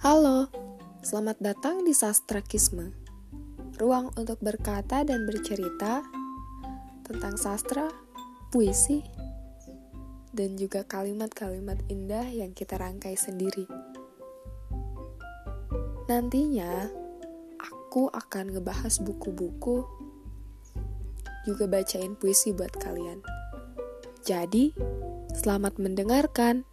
Halo, selamat datang di Sastrakisme, ruang untuk berkata dan bercerita tentang sastra, puisi, dan juga kalimat-kalimat indah yang kita rangkai sendiri. Nantinya, aku akan ngebahas buku-buku, juga bacain puisi buat kalian. Jadi, selamat mendengarkan.